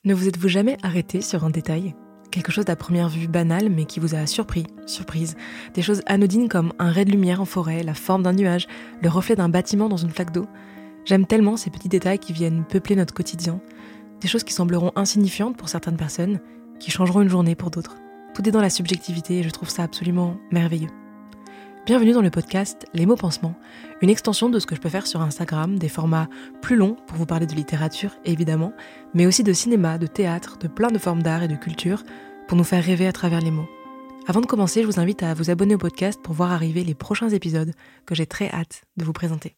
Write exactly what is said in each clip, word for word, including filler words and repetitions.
Ne vous êtes-vous jamais arrêté sur un détail ? Quelque chose d'à première vue banal mais qui vous a surpris, surprise. Des choses anodines comme un ray de lumière en forêt, la forme d'un nuage, le reflet d'un bâtiment dans une flaque d'eau. J'aime tellement ces petits détails qui viennent peupler notre quotidien. Des choses qui sembleront insignifiantes pour certaines personnes, qui changeront une journée pour d'autres. Tout est dans la subjectivité et je trouve ça absolument merveilleux. Bienvenue dans le podcast Les mots pansements, une extension de ce que je peux faire sur Instagram, des formats plus longs pour vous parler de littérature évidemment, mais aussi de cinéma, de théâtre, de plein de formes d'art et de culture pour nous faire rêver à travers les mots. Avant de commencer, je vous invite à vous abonner au podcast pour voir arriver les prochains épisodes que j'ai très hâte de vous présenter.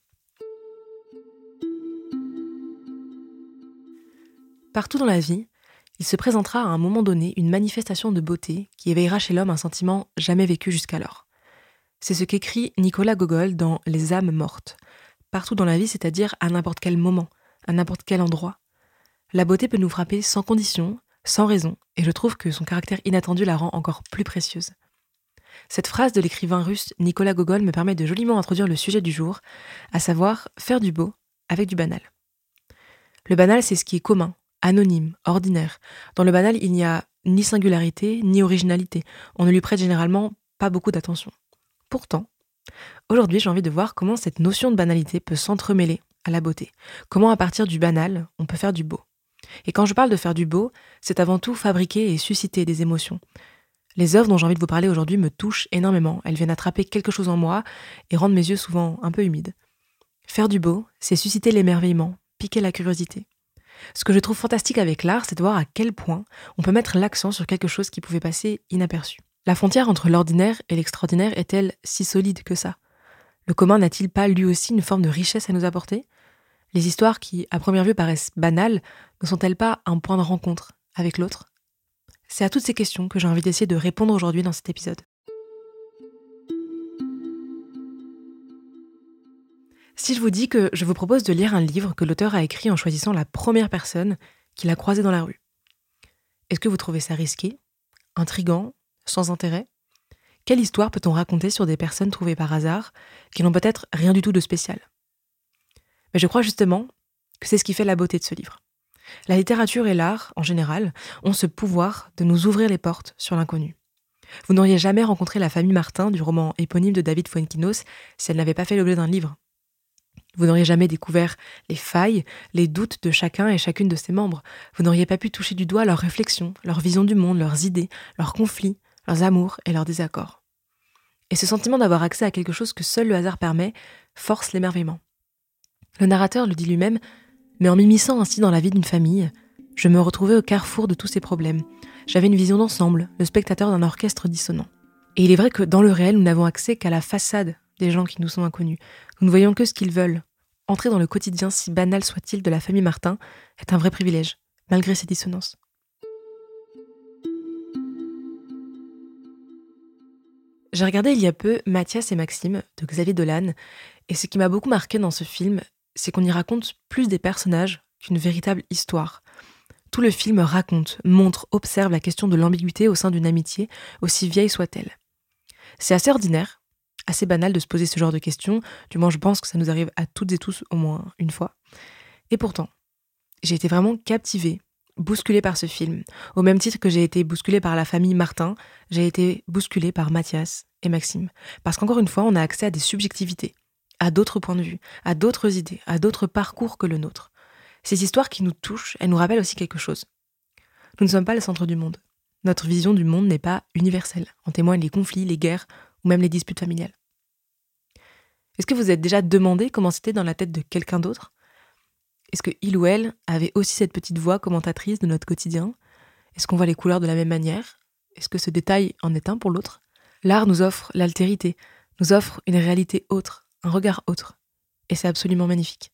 Partout dans la vie, il se présentera à un moment donné une manifestation de beauté qui éveillera chez l'homme un sentiment jamais vécu jusqu'alors. C'est ce qu'écrit Nicolas Gogol dans Les âmes mortes. Partout dans la vie, c'est-à-dire à n'importe quel moment, à n'importe quel endroit. La beauté peut nous frapper sans condition, sans raison, et je trouve que son caractère inattendu la rend encore plus précieuse. Cette phrase de l'écrivain russe Nicolas Gogol me permet de joliment introduire le sujet du jour, à savoir faire du beau avec du banal. Le banal, c'est ce qui est commun, anonyme, ordinaire. Dans le banal, il n'y a ni singularité, ni originalité. On ne lui prête généralement pas beaucoup d'attention. Pourtant, aujourd'hui, j'ai envie de voir comment cette notion de banalité peut s'entremêler à la beauté. Comment, à partir du banal, on peut faire du beau. Et quand je parle de faire du beau, c'est avant tout fabriquer et susciter des émotions. Les œuvres dont j'ai envie de vous parler aujourd'hui me touchent énormément. Elles viennent attraper quelque chose en moi et rendent mes yeux souvent un peu humides. Faire du beau, c'est susciter l'émerveillement, piquer la curiosité. Ce que je trouve fantastique avec l'art, c'est de voir à quel point on peut mettre l'accent sur quelque chose qui pouvait passer inaperçu. La frontière entre l'ordinaire et l'extraordinaire est-elle si solide que ça ? Le commun n'a-t-il pas lui aussi une forme de richesse à nous apporter ? Les histoires qui, à première vue, paraissent banales, ne sont-elles pas un point de rencontre avec l'autre ? C'est à toutes ces questions que j'ai envie d'essayer de répondre aujourd'hui dans cet épisode. Si je vous dis que je vous propose de lire un livre que l'auteur a écrit en choisissant la première personne qu'il a croisée dans la rue, est-ce que vous trouvez ça risqué, intriguant, sans intérêt ? Quelle histoire peut-on raconter sur des personnes trouvées par hasard, qui n'ont peut-être rien du tout de spécial ? Mais je crois justement que c'est ce qui fait la beauté de ce livre. La littérature et l'art, en général, ont ce pouvoir de nous ouvrir les portes sur l'inconnu. Vous n'auriez jamais rencontré la famille Martin du roman éponyme de David Fuenquinos si elle n'avait pas fait l'objet d'un livre. Vous n'auriez jamais découvert les failles, les doutes de chacun et chacune de ses membres. Vous n'auriez pas pu toucher du doigt leurs réflexions, leur vision du monde, leurs idées, leurs conflits, leurs amours et leurs désaccords. Et ce sentiment d'avoir accès à quelque chose que seul le hasard permet force l'émerveillement. Le narrateur le dit lui-même, mais en m'immisçant ainsi dans la vie d'une famille, je me retrouvais au carrefour de tous ces problèmes. J'avais une vision d'ensemble, le spectateur d'un orchestre dissonant. Et il est vrai que dans le réel, nous n'avons accès qu'à la façade des gens qui nous sont inconnus. Nous ne voyons que ce qu'ils veulent. Entrer dans le quotidien, si banal soit-il, de la famille Martin est un vrai privilège, malgré ses dissonances. J'ai regardé il y a peu Mathias et Maxime de Xavier Dolan, et ce qui m'a beaucoup marqué dans ce film, c'est qu'on y raconte plus des personnages qu'une véritable histoire. Tout le film raconte, montre, observe la question de l'ambiguïté au sein d'une amitié, aussi vieille soit-elle. C'est assez ordinaire, assez banal de se poser ce genre de questions, du moins je pense que ça nous arrive à toutes et tous au moins une fois. Et pourtant, j'ai été vraiment captivée, bousculée par ce film. Au même titre que j'ai été bousculée par la famille Martin, j'ai été bousculée par Mathias et Maxime. Parce qu'encore une fois, on a accès à des subjectivités, à d'autres points de vue, à d'autres idées, à d'autres parcours que le nôtre. Ces histoires qui nous touchent, elles nous rappellent aussi quelque chose. Nous ne sommes pas le centre du monde. Notre vision du monde n'est pas universelle. En témoignent les conflits, les guerres ou même les disputes familiales. Est-ce que vous vous êtes déjà demandé comment c'était dans la tête de quelqu'un d'autre ? Est-ce que il ou elle avait aussi cette petite voix commentatrice de notre quotidien ? Est-ce qu'on voit les couleurs de la même manière ? Est-ce que ce détail en est un pour l'autre ? L'art nous offre l'altérité, nous offre une réalité autre, un regard autre. Et c'est absolument magnifique.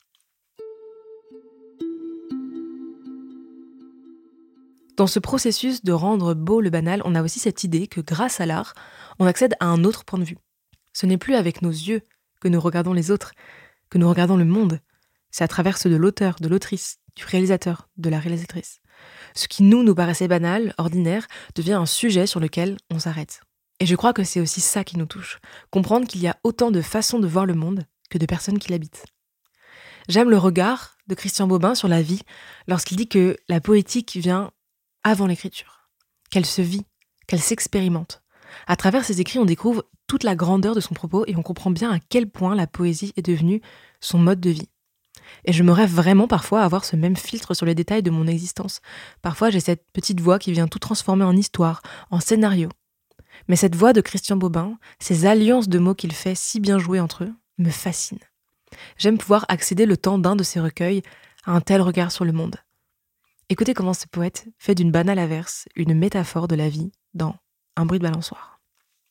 Dans ce processus de rendre beau le banal, on a aussi cette idée que grâce à l'art, on accède à un autre point de vue. Ce n'est plus avec nos yeux que nous regardons les autres, que nous regardons le monde. C'est à travers ceux de l'auteur, de l'autrice, du réalisateur, de la réalisatrice. Ce qui nous, nous paraissait banal, ordinaire, devient un sujet sur lequel on s'arrête. Et je crois que c'est aussi ça qui nous touche. Comprendre qu'il y a autant de façons de voir le monde que de personnes qui l'habitent. J'aime le regard de Christian Bobin sur la vie lorsqu'il dit que la poétique vient avant l'écriture, qu'elle se vit, qu'elle s'expérimente. À travers ses écrits, on découvre toute la grandeur de son propos et on comprend bien à quel point la poésie est devenue son mode de vie. Et je me rêve vraiment parfois à avoir ce même filtre sur les détails de mon existence. Parfois, j'ai cette petite voix qui vient tout transformer en histoire, en scénario. Mais cette voix de Christian Bobin, ces alliances de mots qu'il fait si bien jouer entre eux, me fascinent. J'aime pouvoir accéder le temps d'un de ces recueils à un tel regard sur le monde. Écoutez comment ce poète fait d'une banale averse une métaphore de la vie dans Un bruit de balançoire.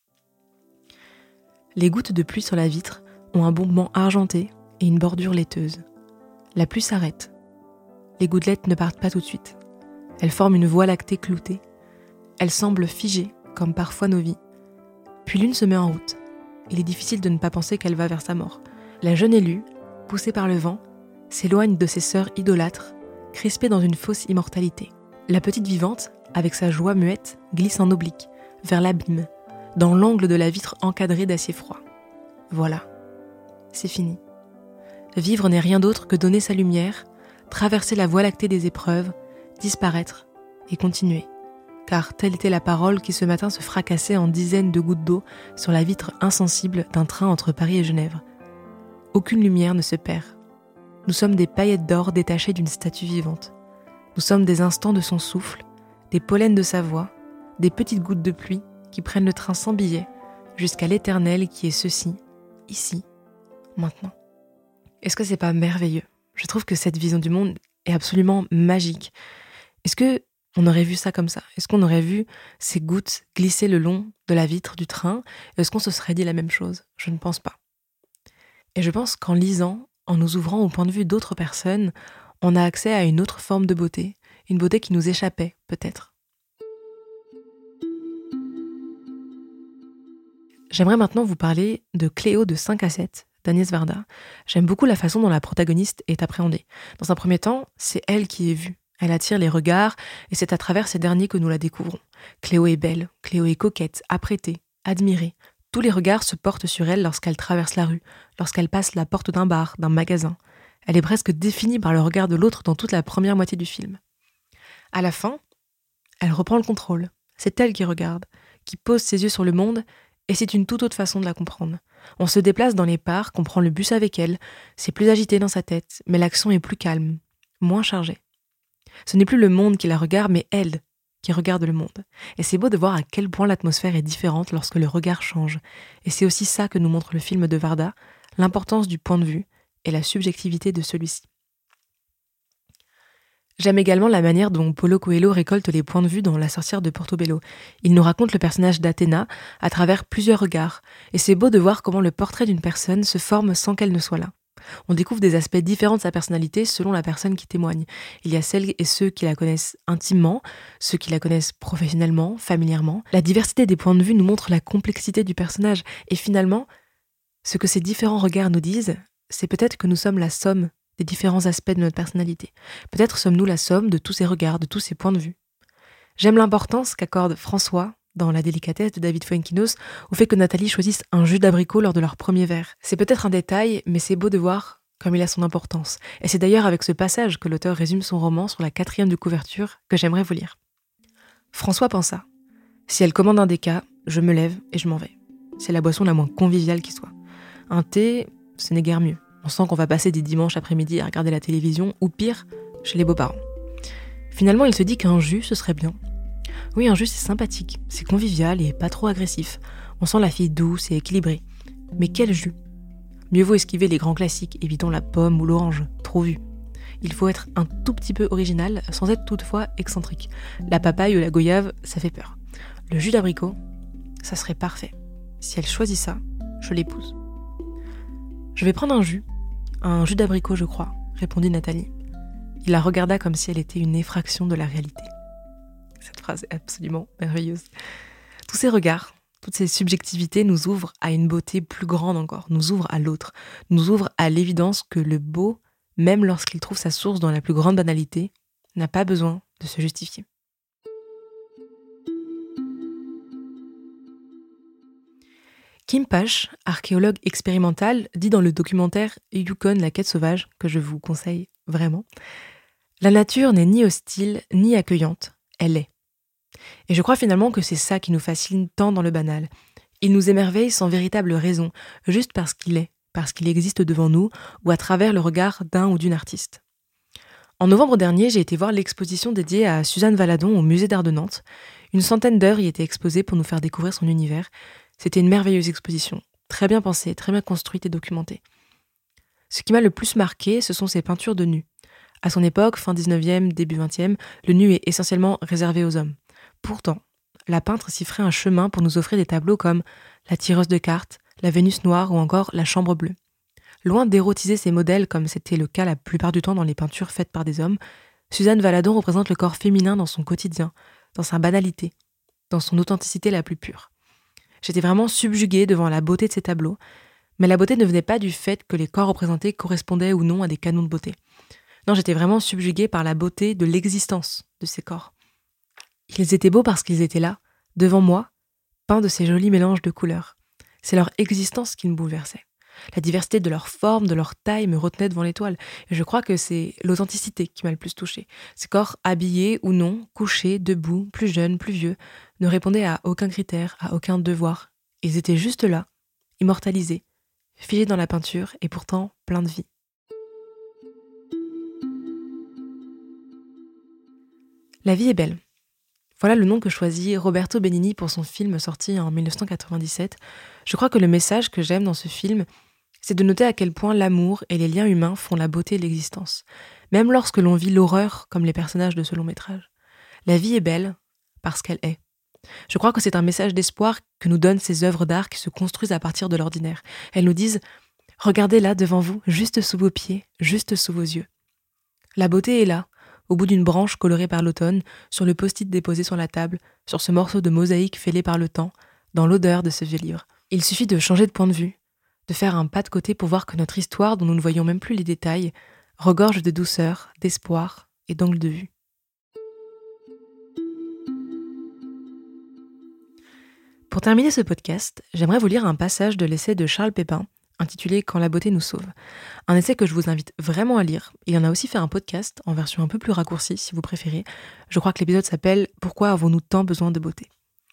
Les gouttes de pluie sur la vitre ont un bombement argenté et une bordure laiteuse. La pluie s'arrête. Les gouttelettes ne partent pas tout de suite. Elles forment une voie lactée cloutée. Elles semblent figées, comme parfois nos vies. Puis l'une se met en route. Il est difficile de ne pas penser qu'elle va vers sa mort. La jeune élue, poussée par le vent, s'éloigne de ses sœurs idolâtres, crispée dans une fausse immortalité. La petite vivante, avec sa joie muette, glisse en oblique, vers l'abîme, dans l'angle de la vitre encadrée d'acier froid. Voilà, c'est fini. Vivre n'est rien d'autre que donner sa lumière, traverser la voie lactée des épreuves, disparaître et continuer. Car telle était la parole qui ce matin se fracassait en dizaines de gouttes d'eau sur la vitre insensible d'un train entre Paris et Genève. Aucune lumière ne se perd. Nous sommes des paillettes d'or détachées d'une statue vivante. Nous sommes des instants de son souffle, des pollens de sa voix, des petites gouttes de pluie qui prennent le train sans billet jusqu'à l'éternel qui est ceci, ici, maintenant. Est-ce que c'est pas merveilleux ? Je trouve que cette vision du monde est absolument magique. Est-ce que on aurait vu ça comme ça ? Est-ce qu'on aurait vu ces gouttes glisser le long de la vitre du train ? Est-ce qu'on se serait dit la même chose ? Je ne pense pas. Et je pense qu'en lisant, en nous ouvrant au point de vue d'autres personnes, on a accès à une autre forme de beauté, une beauté qui nous échappait, peut-être. J'aimerais maintenant vous parler de Cléo de cinq à sept, d'Agnès Varda. J'aime beaucoup la façon dont la protagoniste est appréhendée. Dans un premier temps, c'est elle qui est vue. Elle attire les regards, et c'est à travers ces derniers que nous la découvrons. Cléo est belle, Cléo est coquette, apprêtée, admirée. Tous les regards se portent sur elle lorsqu'elle traverse la rue, lorsqu'elle passe la porte d'un bar, d'un magasin. Elle est presque définie par le regard de l'autre dans toute la première moitié du film. À la fin, elle reprend le contrôle. C'est elle qui regarde, qui pose ses yeux sur le monde, et c'est une toute autre façon de la comprendre. On se déplace dans les parcs, on prend le bus avec elle, c'est plus agité dans sa tête, mais l'action est plus calme, moins chargée. Ce n'est plus le monde qui la regarde, mais elle qui regarde le monde. Et c'est beau de voir à quel point l'atmosphère est différente lorsque le regard change. Et c'est aussi ça que nous montre le film de Varda, l'importance du point de vue et la subjectivité de celui-ci. J'aime également la manière dont Paulo Coelho récolte les points de vue dans La sorcière de Portobello. Il nous raconte le personnage d'Athéna à travers plusieurs regards. Et c'est beau de voir comment le portrait d'une personne se forme sans qu'elle ne soit là. On découvre des aspects différents de sa personnalité selon la personne qui témoigne. Il y a celles et ceux qui la connaissent intimement, ceux qui la connaissent professionnellement, familièrement. La diversité des points de vue nous montre la complexité du personnage. Et finalement, ce que ces différents regards nous disent, c'est peut-être que nous sommes la somme des différents aspects de notre personnalité. Peut-être sommes-nous la somme de tous ces regards, de tous ces points de vue. J'aime l'importance qu'accorde François, dans La délicatesse de David Fuenquinos, au fait que Nathalie choisisse un jus d'abricot lors de leur premier verre. C'est peut-être un détail, mais c'est beau de voir comme il a son importance. Et c'est d'ailleurs avec ce passage que l'auteur résume son roman sur la quatrième de couverture que j'aimerais vous lire. François pensa : si elle commande un déca, je me lève et je m'en vais. C'est la boisson la moins conviviale qui soit. Un thé, ce n'est guère mieux. On sent qu'on va passer des dimanches après-midi à regarder la télévision, ou pire, chez les beaux-parents. Finalement, il se dit qu'un jus, ce serait bien. Oui, un jus, c'est sympathique, c'est convivial et pas trop agressif. On sent la fille douce et équilibrée. Mais quel jus ? Mieux vaut esquiver les grands classiques, évitons la pomme ou l'orange, trop vu. Il faut être un tout petit peu original, sans être toutefois excentrique. La papaye ou la goyave, ça fait peur. Le jus d'abricot, ça serait parfait. Si elle choisit ça, je l'épouse. Je vais prendre un jus, un jus d'abricot, je crois, répondit Nathalie. Il la regarda comme si elle était une effraction de la réalité. Cette phrase est absolument merveilleuse. Tous ces regards, toutes ces subjectivités nous ouvrent à une beauté plus grande encore, nous ouvrent à l'autre, nous ouvrent à l'évidence que le beau, même lorsqu'il trouve sa source dans la plus grande banalité, n'a pas besoin de se justifier. Kim Pash, archéologue expérimental, dit dans le documentaire Yukon, la quête sauvage, que je vous conseille vraiment, « La nature n'est ni hostile ni accueillante, elle est. » Et je crois finalement que c'est ça qui nous fascine tant dans le banal. Il nous émerveille sans véritable raison, juste parce qu'il est, parce qu'il existe devant nous ou à travers le regard d'un ou d'une artiste. En novembre dernier, j'ai été voir l'exposition dédiée à Suzanne Valadon au musée d'art de Nantes. Une centaine d'heures y étaient exposées pour nous faire découvrir son univers. C'était une merveilleuse exposition, très bien pensée, très bien construite et documentée. Ce qui m'a le plus marqué, ce sont ses peintures de nus. À son époque, fin dix-neuvième, début vingtième, le nu est essentiellement réservé aux hommes. Pourtant, la peintre s'y ferait un chemin pour nous offrir des tableaux comme La tireuse de cartes, La Vénus noire ou encore La chambre bleue. Loin d'érotiser ces modèles comme c'était le cas la plupart du temps dans les peintures faites par des hommes, Suzanne Valadon représente le corps féminin dans son quotidien, dans sa banalité, dans son authenticité la plus pure. J'étais vraiment subjuguée devant la beauté de ces tableaux, mais la beauté ne venait pas du fait que les corps représentés correspondaient ou non à des canons de beauté. Non, j'étais vraiment subjuguée par la beauté de l'existence de ces corps. Ils étaient beaux parce qu'ils étaient là, devant moi, peints de ces jolis mélanges de couleurs. C'est leur existence qui me bouleversait. La diversité de leur forme, de leur taille me retenait devant l'étoile. Et je crois que c'est l'authenticité qui m'a le plus touchée. Ces corps habillés ou non, couchés, debout, plus jeunes, plus vieux, ne répondaient à aucun critère, à aucun devoir. Ils étaient juste là, immortalisés, figés dans la peinture et pourtant pleins de vie. La vie est belle. Voilà le nom que choisit Roberto Benigni pour son film sorti en dix-neuf cent quatre-vingt-dix-sept. Je crois que le message que j'aime dans ce film, c'est de noter à quel point l'amour et les liens humains font la beauté de l'existence, même lorsque l'on vit l'horreur comme les personnages de ce long métrage. La vie est belle parce qu'elle est. Je crois que c'est un message d'espoir que nous donnent ces œuvres d'art qui se construisent à partir de l'ordinaire. Elles nous disent « Regardez là devant vous, juste sous vos pieds, juste sous vos yeux. » La beauté est là, au bout d'une branche colorée par l'automne, sur le post-it déposé sur la table, sur ce morceau de mosaïque fêlé par le temps, dans l'odeur de ce vieux livre. Il suffit de changer de point de vue, de faire un pas de côté pour voir que notre histoire, dont nous ne voyons même plus les détails, regorge de douceur, d'espoir et d'angle de vue. Pour terminer ce podcast, j'aimerais vous lire un passage de l'essai de Charles Pépin, intitulé « Quand la beauté nous sauve ». Un essai que je vous invite vraiment à lire. Il en a aussi fait un podcast, en version un peu plus raccourcie si vous préférez. Je crois que l'épisode s'appelle « Pourquoi avons-nous tant besoin de beauté ?»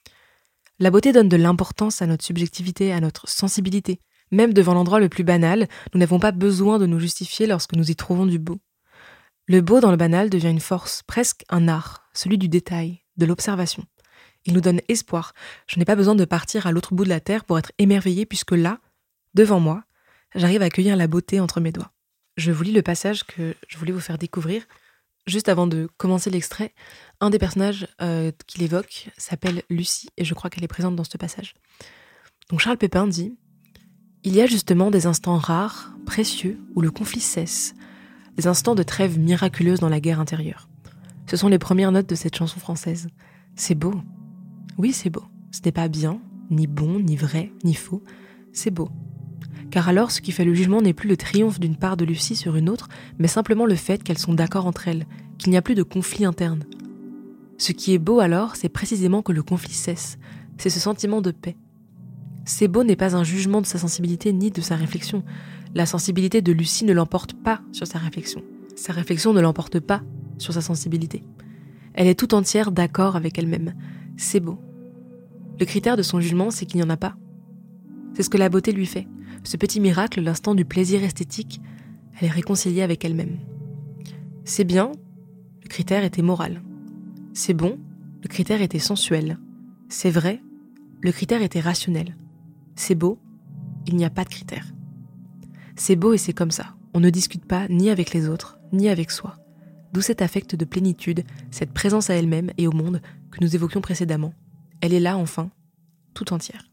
La beauté donne de l'importance à notre subjectivité, à notre sensibilité. Même devant l'endroit le plus banal, nous n'avons pas besoin de nous justifier lorsque nous y trouvons du beau. Le beau dans le banal devient une force, presque un art, celui du détail, de l'observation. Il nous donne espoir. Je n'ai pas besoin de partir à l'autre bout de la terre pour être émerveillée puisque là, devant moi, j'arrive à accueillir la beauté entre mes doigts. Je vous lis le passage que je voulais vous faire découvrir. Juste avant de commencer l'extrait, un des personnages euh, qu'il évoque s'appelle Lucie, et je crois qu'elle est présente dans ce passage. Donc Charles Pépin dit « Il y a justement des instants rares, précieux, où le conflit cesse, des instants de trêve miraculeuse dans la guerre intérieure. Ce sont les premières notes de cette chanson française. C'est beau. Oui, c'est beau. Ce n'est pas bien, ni bon, ni vrai, ni faux. C'est beau. Car alors, ce qui fait le jugement n'est plus le triomphe d'une part de Lucie sur une autre, mais simplement le fait qu'elles sont d'accord entre elles, qu'il n'y a plus de conflit interne. Ce qui est beau alors, c'est précisément que le conflit cesse, c'est ce sentiment de paix. C'est beau n'est pas un jugement de sa sensibilité ni de sa réflexion. La sensibilité de Lucie ne l'emporte pas sur sa réflexion. Sa réflexion ne l'emporte pas sur sa sensibilité. Elle est tout entière d'accord avec elle-même. C'est beau. Le critère de son jugement, c'est qu'il n'y en a pas. C'est ce que la beauté lui fait. Ce petit miracle, l'instant du plaisir esthétique, elle est réconciliée avec elle-même. C'est bien, le critère était moral. C'est bon, le critère était sensuel. C'est vrai, le critère était rationnel. C'est beau, il n'y a pas de critère. C'est beau et c'est comme ça. On ne discute pas ni avec les autres, ni avec soi. D'où cet affect de plénitude, cette présence à elle-même et au monde que nous évoquions précédemment. Elle est là, enfin, tout entière.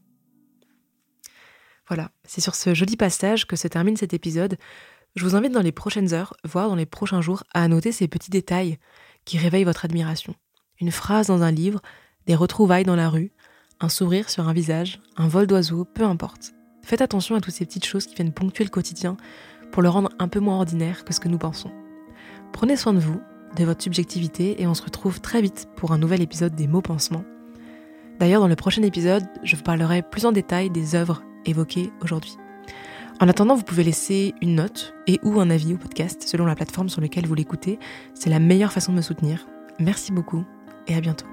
Voilà, c'est sur ce joli passage que se termine cet épisode. Je vous invite dans les prochaines heures, voire dans les prochains jours, à noter ces petits détails qui réveillent votre admiration. Une phrase dans un livre, des retrouvailles dans la rue, un sourire sur un visage, un vol d'oiseau, peu importe. Faites attention à toutes ces petites choses qui viennent ponctuer le quotidien pour le rendre un peu moins ordinaire que ce que nous pensons. Prenez soin de vous, de votre subjectivité, et on se retrouve très vite pour un nouvel épisode des mots pansements. D'ailleurs, dans le prochain épisode, je vous parlerai plus en détail des œuvres évoquées aujourd'hui. En attendant, vous pouvez laisser une note et ou un avis au podcast selon la plateforme sur laquelle vous l'écoutez. C'est la meilleure façon de me soutenir. Merci beaucoup et à bientôt.